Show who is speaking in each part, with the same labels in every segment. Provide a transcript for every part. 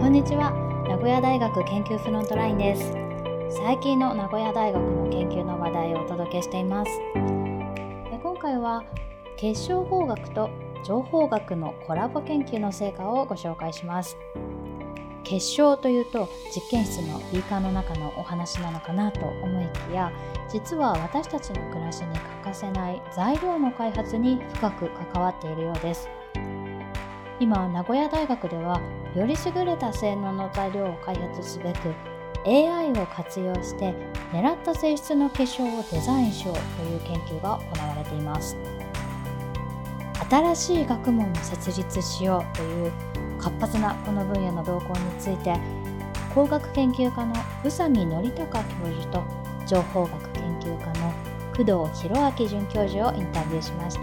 Speaker 1: こんにちは。名古屋大学研究フロントラインです。最近の名古屋大学の研究の話題をお届けしています。今回は結晶法学と情報学のコラボ研究の成果をご紹介します。結晶というと実験室のビーカーの中のお話なのかなと思いきや、実は私たちの暮らしに欠かせない材料の開発に深く関わっているようです。今、名古屋大学ではより優れた性能の材料を開発すべく AI を活用して狙った性質の結晶をデザインしようという研究が行われています。新しい学問を設立しようという活発なこの分野の動向について、工学研究家の宇佐美憲孝教授と情報学研究家の工藤弘明准教授をインタビューしました。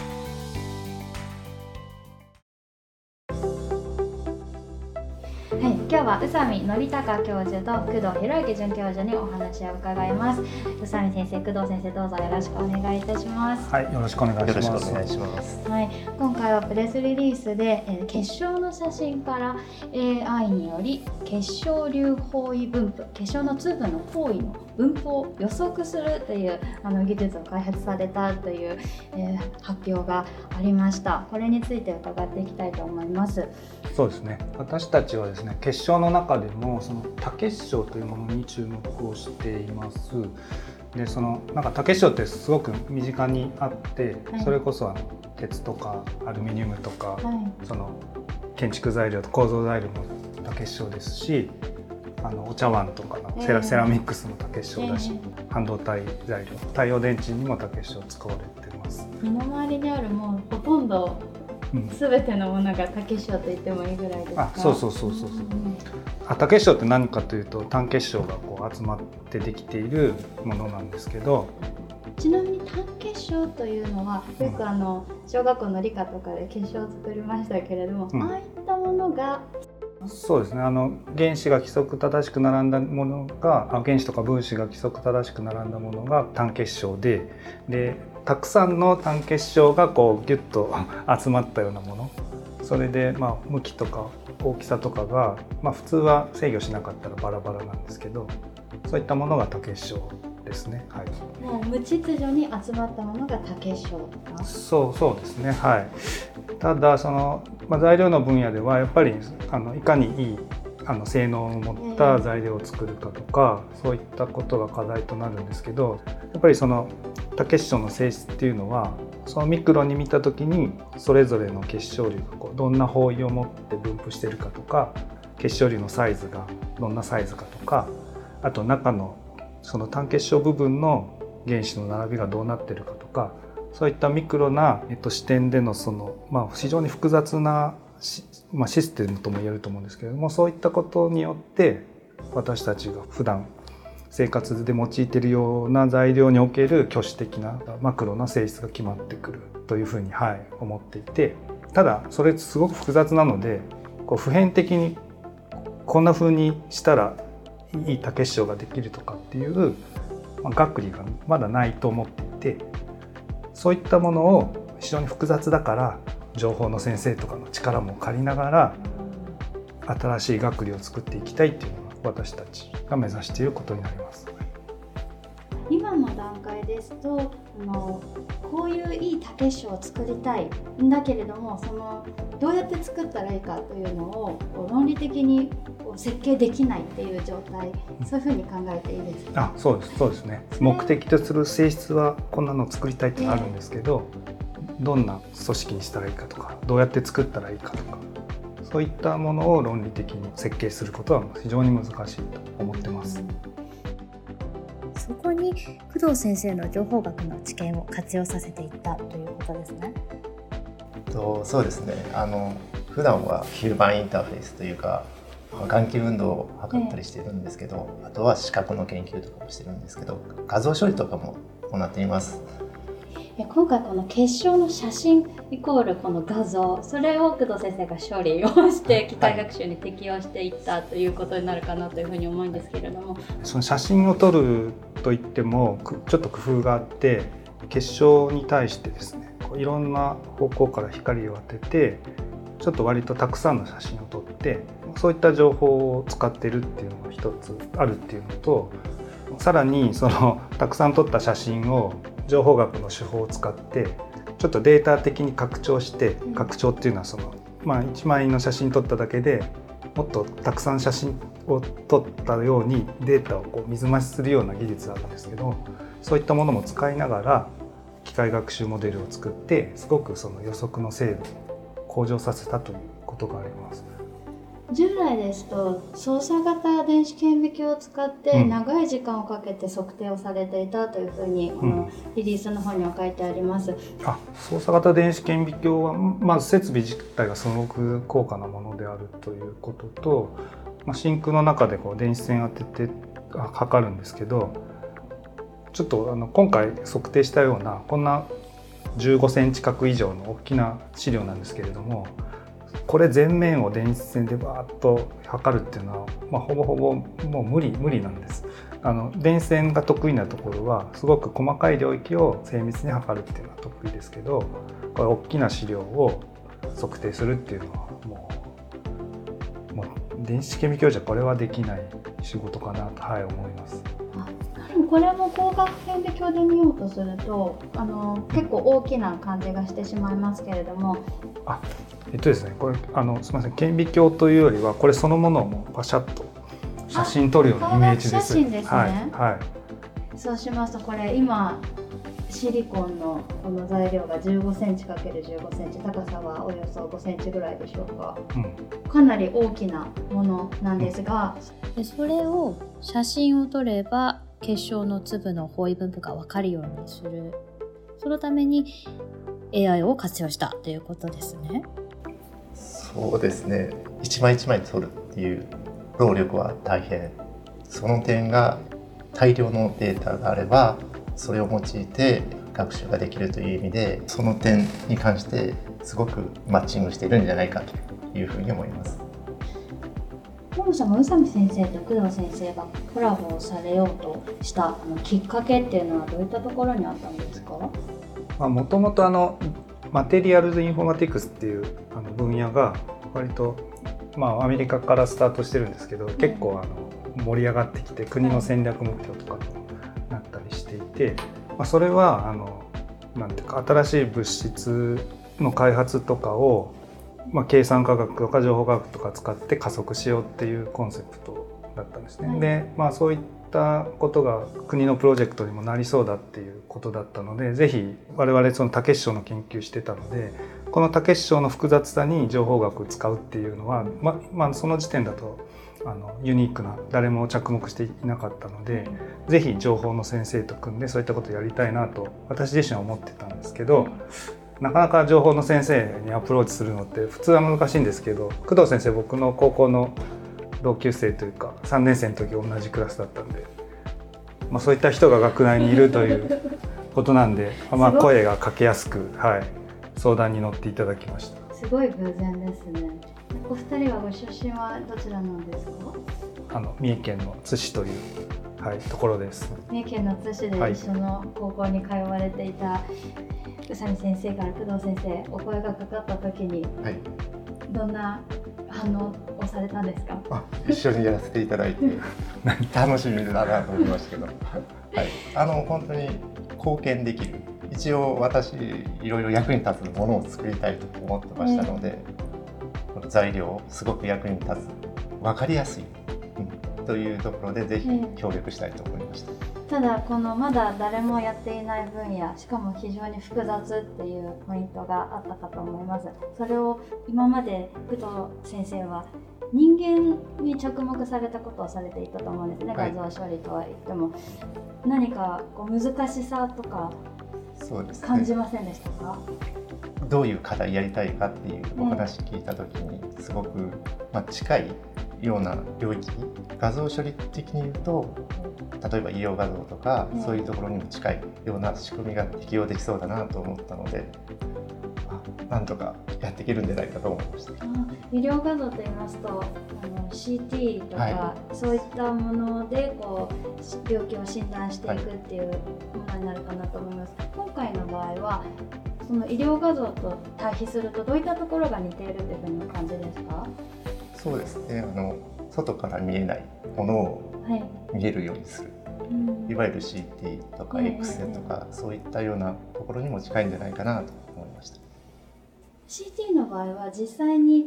Speaker 1: 今日は宇佐美憲孝教授と工藤弘明准教授にお話を伺います。宇佐美先生、工藤先生、どうぞよろしくお願いいたします。
Speaker 2: はい、よろしくお願いします。
Speaker 3: よろしくお願いします。
Speaker 1: はい、今回はプレスリリースで、結晶の写真から AI により結晶流方位分布、結晶の粒の方位の分布を予測するという技術を開発されたという、発表がありました。これについて伺っていきたいと思います。
Speaker 2: そうですね。私たちはですね、結晶の中でもその多結晶というものに注目をしています。で、多結晶ってすごく身近にあって、はい、それこそ鉄とかアルミニウムとか、はい、その建築材料と構造材料も多結晶ですし、お茶碗とかのセラミックスも多結晶だし、半導体材料、太陽電池にも多結晶使われています。
Speaker 1: 身の回りにあるもうほとんど全てのものが多結晶と言ってもいいぐらいですか？
Speaker 2: そう。多結晶って何かというと、単結晶が集まってできているものなんですけど、
Speaker 1: ちなみに単結晶というのはよく小学校の理科とかで結晶を作りましたけれども、ああいったものが
Speaker 2: そうですね、原子が規則正しく並んだものが、原子とか分子が規則正しく並んだものが単結晶で、たくさんの単結晶がギュッと集まったようなもの、それで向きとか大きさとかが、普通は制御しなかったらバラバラなんですけど、そういったものが多結晶ですね。はい、
Speaker 1: もう無秩序に集まったものが多結晶か。
Speaker 2: そうですね。はい。ただ材料の分野ではやっぱりいかにいい性能を持った材料を作るかとか、そういったことが課題となるんですけど、やっぱり多結晶の性質っていうのは、そのミクロに見た時にそれぞれの結晶流がどんな方位を持って分布しているかとか、結晶流のサイズがどんなサイズかとか、あと中のその単結晶部分の原子の並びがどうなっているかとか、そういったミクロな、視点での非常に複雑なシステムとも言えると思うんですけれども、そういったことによって私たちが普段生活で用いているような材料における挙手的なマクロな性質が決まってくるというふうに、思っていて、ただそれすごく複雑なので、普遍的にこんなふうにしたらいい多結晶ができるとかっていう学理がまだないと思っていて、そういったものを非常に複雑だから情報の先生とかの力も借りながら新しい学理を作っていきたいっていうのが私たちが目指していることになります。
Speaker 1: 今の段階ですとこういういい多結晶を作りたいんだけれども、どうやって作ったらいいかというのを論理的に設計できないっていう状態、そういうふうに考えていいですか？
Speaker 2: そうですね。目的とする性質はこんなのを作りたいってあるんですけど、どんな組織にしたらいいかとか、どうやって作ったらいいかとか、そういったものを論理的に設計することは非常に難しいと思ってます。
Speaker 1: そこに工藤先生の情報学の知見を活用させていったということですね。
Speaker 3: そうですね。普段は吸盤インターフェースというか、眼球運動を測ったりしているんですけど、あとは視覚の研究とかもしてるんですけど、画像処理とかも行っています。
Speaker 1: 今回この結晶の写真イコールこの画像、それを工藤先生が処理をして機械学習に適用していったということになるかなというふうに思うんですけれども、
Speaker 2: その写真を撮るといってもちょっと工夫があって、結晶に対してですね、いろんな方向から光を当ててちょっと割とたくさんの写真を撮ってそういった情報を使ってるっていうのが一つあるっていうのと、さらにそのたくさん撮った写真を情報学の手法を使ってちょっとデータ的に拡張して、拡張っていうのはその、1枚の写真撮っただけでもっとたくさん写真を撮ったようにデータをこう水増しするような技術があるんですけど、そういったものも使いながら機械学習モデルを作ってすごくその予測の精度を向上させたということがあります。
Speaker 1: 従来ですと操作型電子顕微鏡を使って長い時間をかけて測定をされていたというふうに、このリリースの方には書いてあります。
Speaker 2: 操作型電子顕微鏡はまず設備自体がすごく高価なものであるということと、真空の中でこう電子線当てて測るんですけど、ちょっと今回測定したようなこんな15センチ角以上の大きな資料なんですけれども、これ全面を電子線でバーッと測るっていうのは、ほぼほぼもう無理なんです。電子線が得意なところはすごく細かい領域を精密に測るっていうのは得意ですけど、これ大きな資料を測定するっていうのはもう電子顕微鏡じゃこれはできない仕事かなと、思います。
Speaker 1: これも光学顕微鏡で見ようとすると結構大きな感じがしてしまいますけれども、
Speaker 2: ですね、これすみません、顕微鏡というよりはこれそのものをもうパシャッと写真撮るようなイメージです。
Speaker 1: 写真ですね。そうしますとこれ今シリコンのこの材料が15センチ ×15 センチ、高さはおよそ5センチぐらいでしょうか、かなり大きなものなんですが、でそれを写真を撮れば結晶の粒の方位分布が分かるようにする、そのために AI を活用したということですね。
Speaker 3: そうですね、一枚一枚撮るっていう労力は大変、その点が大量のデータがあればそれを用いて学習ができるという意味で、その点に関してすごくマッチングしているんじゃないかというふうに思います。
Speaker 1: そもそも宇佐美先生と工藤先生がコラボをされようとしたきっかけっていうのはどういったところにあったんですか？
Speaker 2: もともとマテリアルズ・インフォマティクスっていう分野が割と、アメリカからスタートしてるんですけど、結構盛り上がってきて国の戦略目標とかになったりしていて、それはなんていうか新しい物質の開発とかを、計算科学とか情報科学とか使って加速しようっていうコンセプトだったんですね。で、そういったことが国のプロジェクトにもなりそうだっていうことだったので、ぜひ我々その多結晶の研究してたので、この多結晶の複雑さに情報学を使うっていうのは、その時点だとユニークな、誰も着目していなかったので、ぜひ情報の先生と組んでそういったことをやりたいなと私自身は思ってたんですけど、なかなか情報の先生にアプローチするのって普通は難しいんですけど、工藤先生僕の高校の同級生というか3年生の時同じクラスだったんで、そういった人が学内にいるということなんで、声がかけやすく、相談に乗っていただきました。
Speaker 1: すごい偶然ですね。お二人はご出身はどちらなんですか？
Speaker 2: 三重県の津市という、ところです。
Speaker 1: 三重県の津市で一緒の高校に通われていた宇佐美先生から工藤先生お声がかかった時に、どんな反応をされたんですか？
Speaker 3: 一緒にやらせていただいて楽しみだなと思いましたけど、本当に貢献できる、一応私いろいろ役に立つものを作りたいと思ってましたので、この材料すごく役に立つ、分かりやすい、というところでぜひ協力したいと思いました。
Speaker 1: ただこのまだ誰もやっていない分野、しかも非常に複雑っていうポイントがあったかと思います。それを今まで工藤先生は人間に着目されたことをされていたと思うんですね。画像処理とは言っても、何か難しさとか感じませんでしたか？
Speaker 3: どういう課題やりたいかっていうお話聞いた時にすごく近いような領域、画像処理的に言うと例えば医療画像とかそういうところにも近いような仕組みが適用できそうだなと思ったので、なんとかやっていけるんじゃないかと思いました。
Speaker 1: 医療画像といいますとCT とか、そういったもので病気を診断していくっていうものになるかなと思います。今回の場合はその医療画像と対比するとどういったところが似ているというふうにお感じですか？
Speaker 3: そうですね、外から見えないものを見えるようにする、いわゆる CT とか X 線とか、そういったようなところにも近いんじゃないかなと思いました。
Speaker 1: CT の場合は実際に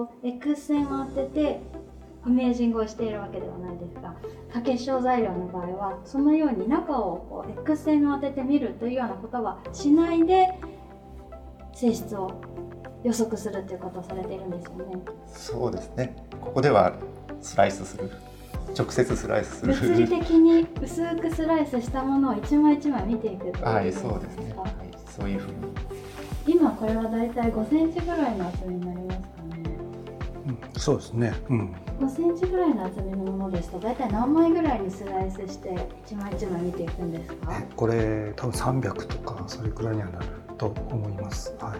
Speaker 1: X 線を当ててイメージングをしているわけではないですが、多結晶材料の場合はそのように中をX 線を当ててみるというようなことはしないで性質を予測するということをされているんですよね。
Speaker 3: そうですね、ここではスライスする、直接スライスする、
Speaker 1: 物理的に薄くスライスしたものを一枚一枚見ていくということ
Speaker 3: はい、
Speaker 1: ですか？
Speaker 3: そうですね、はい、そういうふうに。
Speaker 1: 今これはだいたい5センチぐらいの厚みになりますかね。
Speaker 2: そうですね、
Speaker 1: 5センチぐらいの厚みのものですとだいたい何枚ぐらいにスライスして一枚一枚見ていくんですか？
Speaker 2: これ多分300とかそれくらいにはなると思います。はい、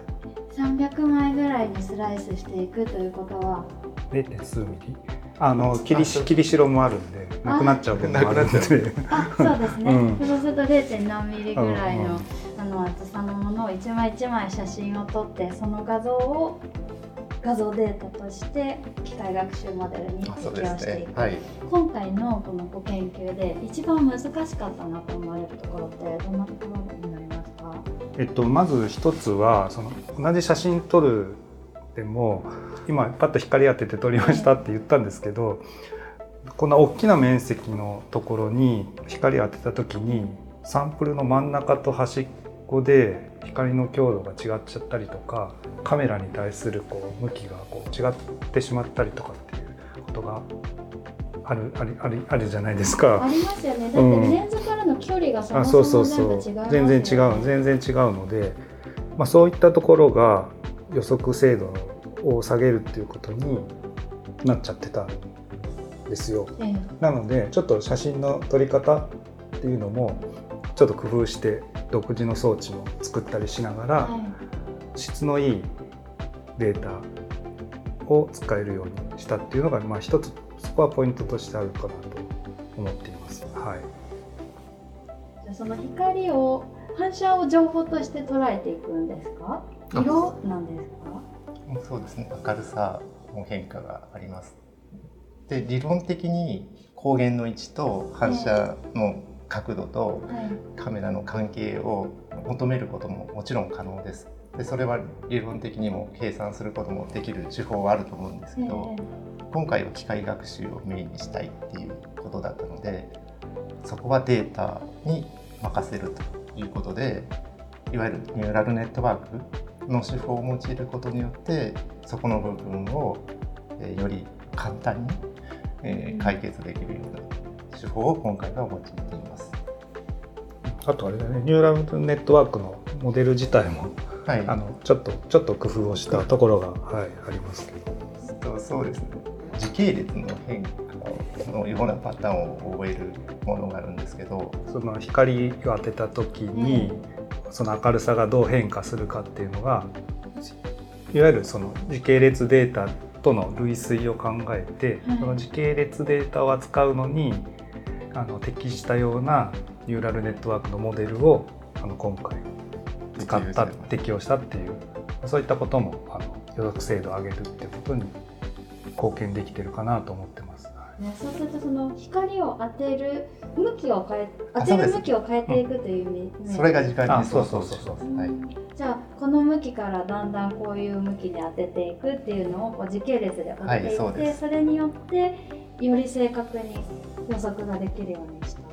Speaker 1: 300枚ぐらいにスライスしていくということは
Speaker 2: 0. 数ミリ切り代もあるんでなくなっちゃうこともあるんで
Speaker 1: そうですね、そうすると 0. 何ミリぐらいの、厚さのものを一枚一枚写真を撮ってその画像を画像データとして機械学習モデルに適用していく、今回のこのご研究で一番難しかったなと思われるところってどんなところになりますか？
Speaker 2: まず一つは同じ写真撮るでも今パッと光当てて撮りましたって言ったんですけど、こんな大きな面積のところに光当てた時にサンプルの真ん中と端っこで光の強度が違っちゃったりとか、カメラに対する向きが違ってしまったりとかっていうことがあるじゃないですか。
Speaker 1: ありますよね。だってレンズからの距離がそもそも全部違いますよね。
Speaker 2: 全然違うので、そういったところが予測精度を下げるっていうことになっちゃってたんですよ。なのでちょっと写真の撮り方っていうのもちょっと工夫して独自の装置も作ったりしながら、質のいいデータを使えるようにしたっていうのが一つそこはポイントとしてあるかなと思っています。はい、
Speaker 1: じゃあその光を反射を情報として捉えていくんですか？色なんですか？
Speaker 3: そうですね、明るさの変化があります。で、理論的に光源の位置と反射の角度とカメラの関係を求めることももちろん可能です。で、それは理論的にも計算することもできる手法はあると思うんですけど、今回は機械学習をメインにしたいっていうことだったので、そこはデータに任せるということで、いわゆるニューラルネットワークの手法を用いることによってそこの部分をより簡単に解決できるような手法を今回は用いています。
Speaker 2: あとあれだね、ニューラルネットワークのモデル自体も、ちょっと工夫をしたところが、ありますけど。
Speaker 3: そうですね、時系列の変化のようなパターンを覚えるものがあるんですけど、
Speaker 2: その光を当てた時に、その明るさがどう変化するかっていうのが、いわゆるその時系列データとの類推を考えて、その時系列データを扱うのに適したようなニューラルネットワークのモデルを今回適用したっていう、そういったことも予測精度を上げるっていうことに貢献できてるかなと思ってます。
Speaker 1: そうするとその光を当てる向きを変えていくという意味、
Speaker 3: それが時間にそう、
Speaker 1: じゃあこの向きからだんだんこういう向きに当てていくっていうのを時系列で当てていって、それによってより正確に予測ができるようにした。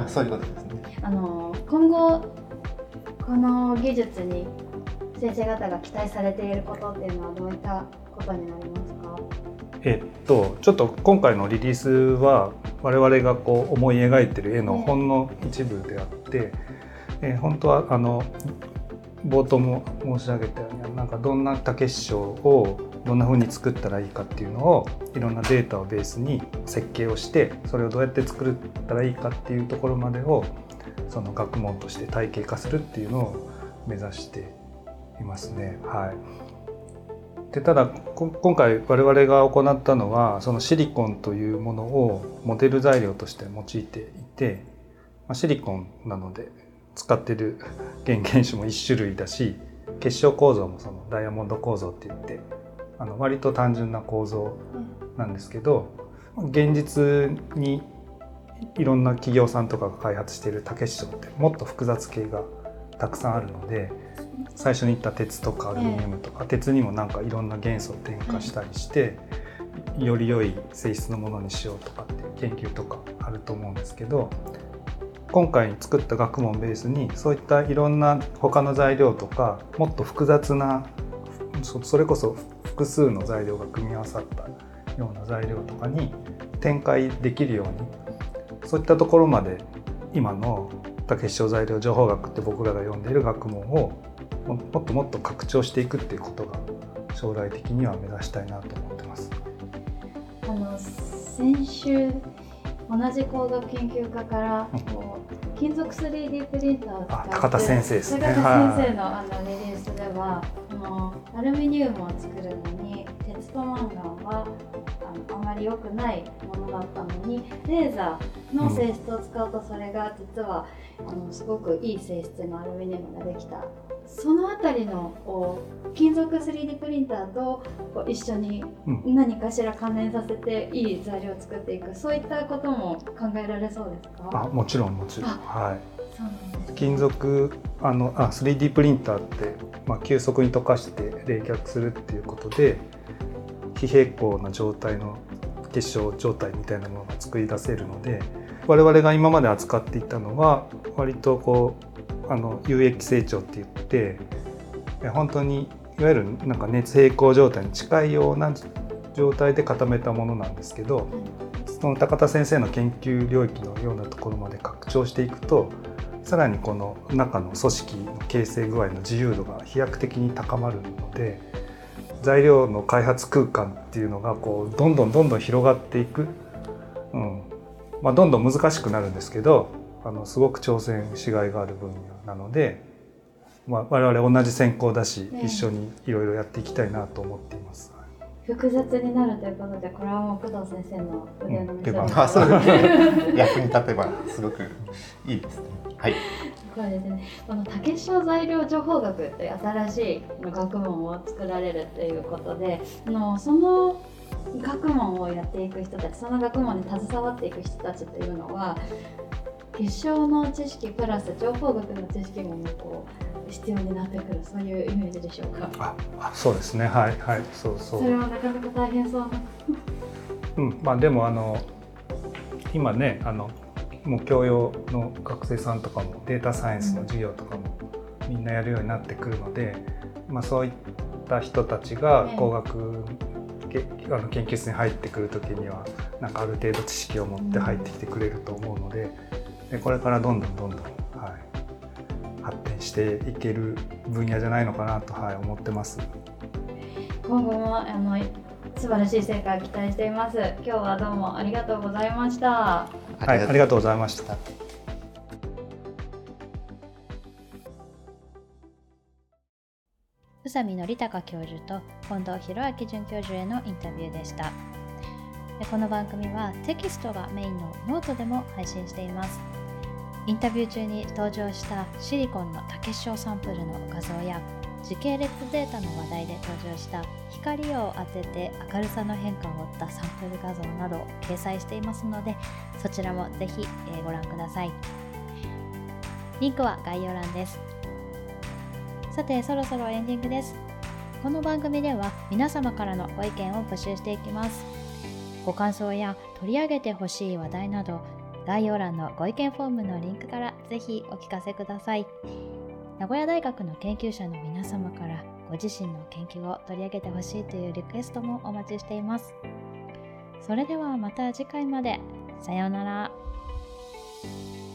Speaker 3: そういうことですね。
Speaker 1: 今後この技術に先生方が期待されていることっていうのはどういったことになりますか？
Speaker 2: ちょっと今回のリリースは我々が思い描いている絵のほんの一部であって、本当は冒頭も申し上げたようにどんな多結晶をどんな風に作ったらいいかっていうのをいろんなデータをベースに設計をして、それをどうやって作ったらいいかっていうところまでをその学問として体系化するっていうのを目指していますね。でただ今回我々が行ったのはそのシリコンというものをモデル材料として用いていて、シリコンなので使っている原元種も1種類だし、 結晶構造もそのダイヤモンド構造って言って割と単純な構造なんですけど、現実にいろんな企業さんとかが開発している多結晶ってもっと複雑系がたくさんあるので、最初に言った鉄とかアルミニウムとか、鉄にもなんかいろんな元素を添加したりして、より良い性質のものにしようとかっていう研究とかあると思うんですけど、今回作った学問ベースにそういったいろんな他の材料とか、もっと複雑なそれこそ複数の材料が組み合わさったような材料とかに展開できるように、そういったところまで今の多結晶材料情報学って僕らが読んでいる学問をもっともっと拡張していくっていうことが将来的には目指したいなと思ってます。
Speaker 1: 先週同じ工学研究家から金属 3D プリンターを使って
Speaker 2: 高田先生ですね。
Speaker 1: 高田先生のリリースではアルミニウムを作るのに鉄とマンガンはあまり良くないものだったのに、レーザーの性質を使うとそれが実はすごくいい性質のアルミニウムができた。そのあたりの金属 3D プリンターと一緒に何かしら関連させていい材料を作っていく、そういったことも考えられそうですか？
Speaker 2: もちろん、はい。
Speaker 1: そうなんですね。
Speaker 2: 金属3D プリンターって、急速に溶かして冷却するっていうことで非平行な状態の結晶状態みたいなものが作り出せるので、我々が今まで扱っていたのは割と有液成長って言って本当にいわゆるなんか熱平衡状態に近いような状態で固めたものなんですけど、その高田先生の研究領域のようなところまで拡張していくと、さらにこの中の組織の形成具合の自由度が飛躍的に高まるので、材料の開発空間っていうのがどんどん広がっていく、どんどん難しくなるんですけど、すごく挑戦しがいがある分野なので、我々同じ専攻だし、一緒にいろいろやっていきたいなと思っています。
Speaker 1: 複雑になるということで、これはもう工藤先生の腕の見せ場。
Speaker 3: そうですね。役に立てばすごくいいですね。はい。
Speaker 1: これですね、この多結晶材料情報学という新しい学問を作られるということで、その学問をやっていく人たち、その学問に携わっていく人たちというのは、結晶の知識プラス情報学の知識も必要になってくる、そういうイメージでしょうか？
Speaker 2: そうですね。はいはい、そう。
Speaker 1: それはなかなか大変そうな。
Speaker 2: でも今ねもう教養の学生さんとかもデータサイエンスの授業とかもみんなやるようになってくるので、そういった人たちが工学研究室に入ってくる時にはなんかある程度知識を持って入ってきてくれると思うので、これからどんどん、発展していける分野じゃないのかなと、思ってます。
Speaker 1: 今後も素晴らしい成果を期待しています。今日はどうもありがとうございました。
Speaker 2: ありがとうございました。
Speaker 1: 宇佐美則孝教授と近藤弘明准教授へのインタビューでした。この番組はテキストがメインのノートでも配信しています。インタビュー中に登場したシリコンの多結晶サンプルの画像や時系列データの話題で登場した光を当てて明るさの変化を追ったサンプル画像などを掲載していますので、そちらもぜひご覧ください。リンクは概要欄です。さて、そろそろエンディングです。この番組では皆様からのご意見を募集していきます。ご感想や取り上げてほしい話題など、概要欄のご意見フォームのリンクからぜひお聞かせください。名古屋大学の研究者の皆様からご自身の研究を取り上げてほしいというリクエストもお待ちしています。それではまた次回まで。さようなら。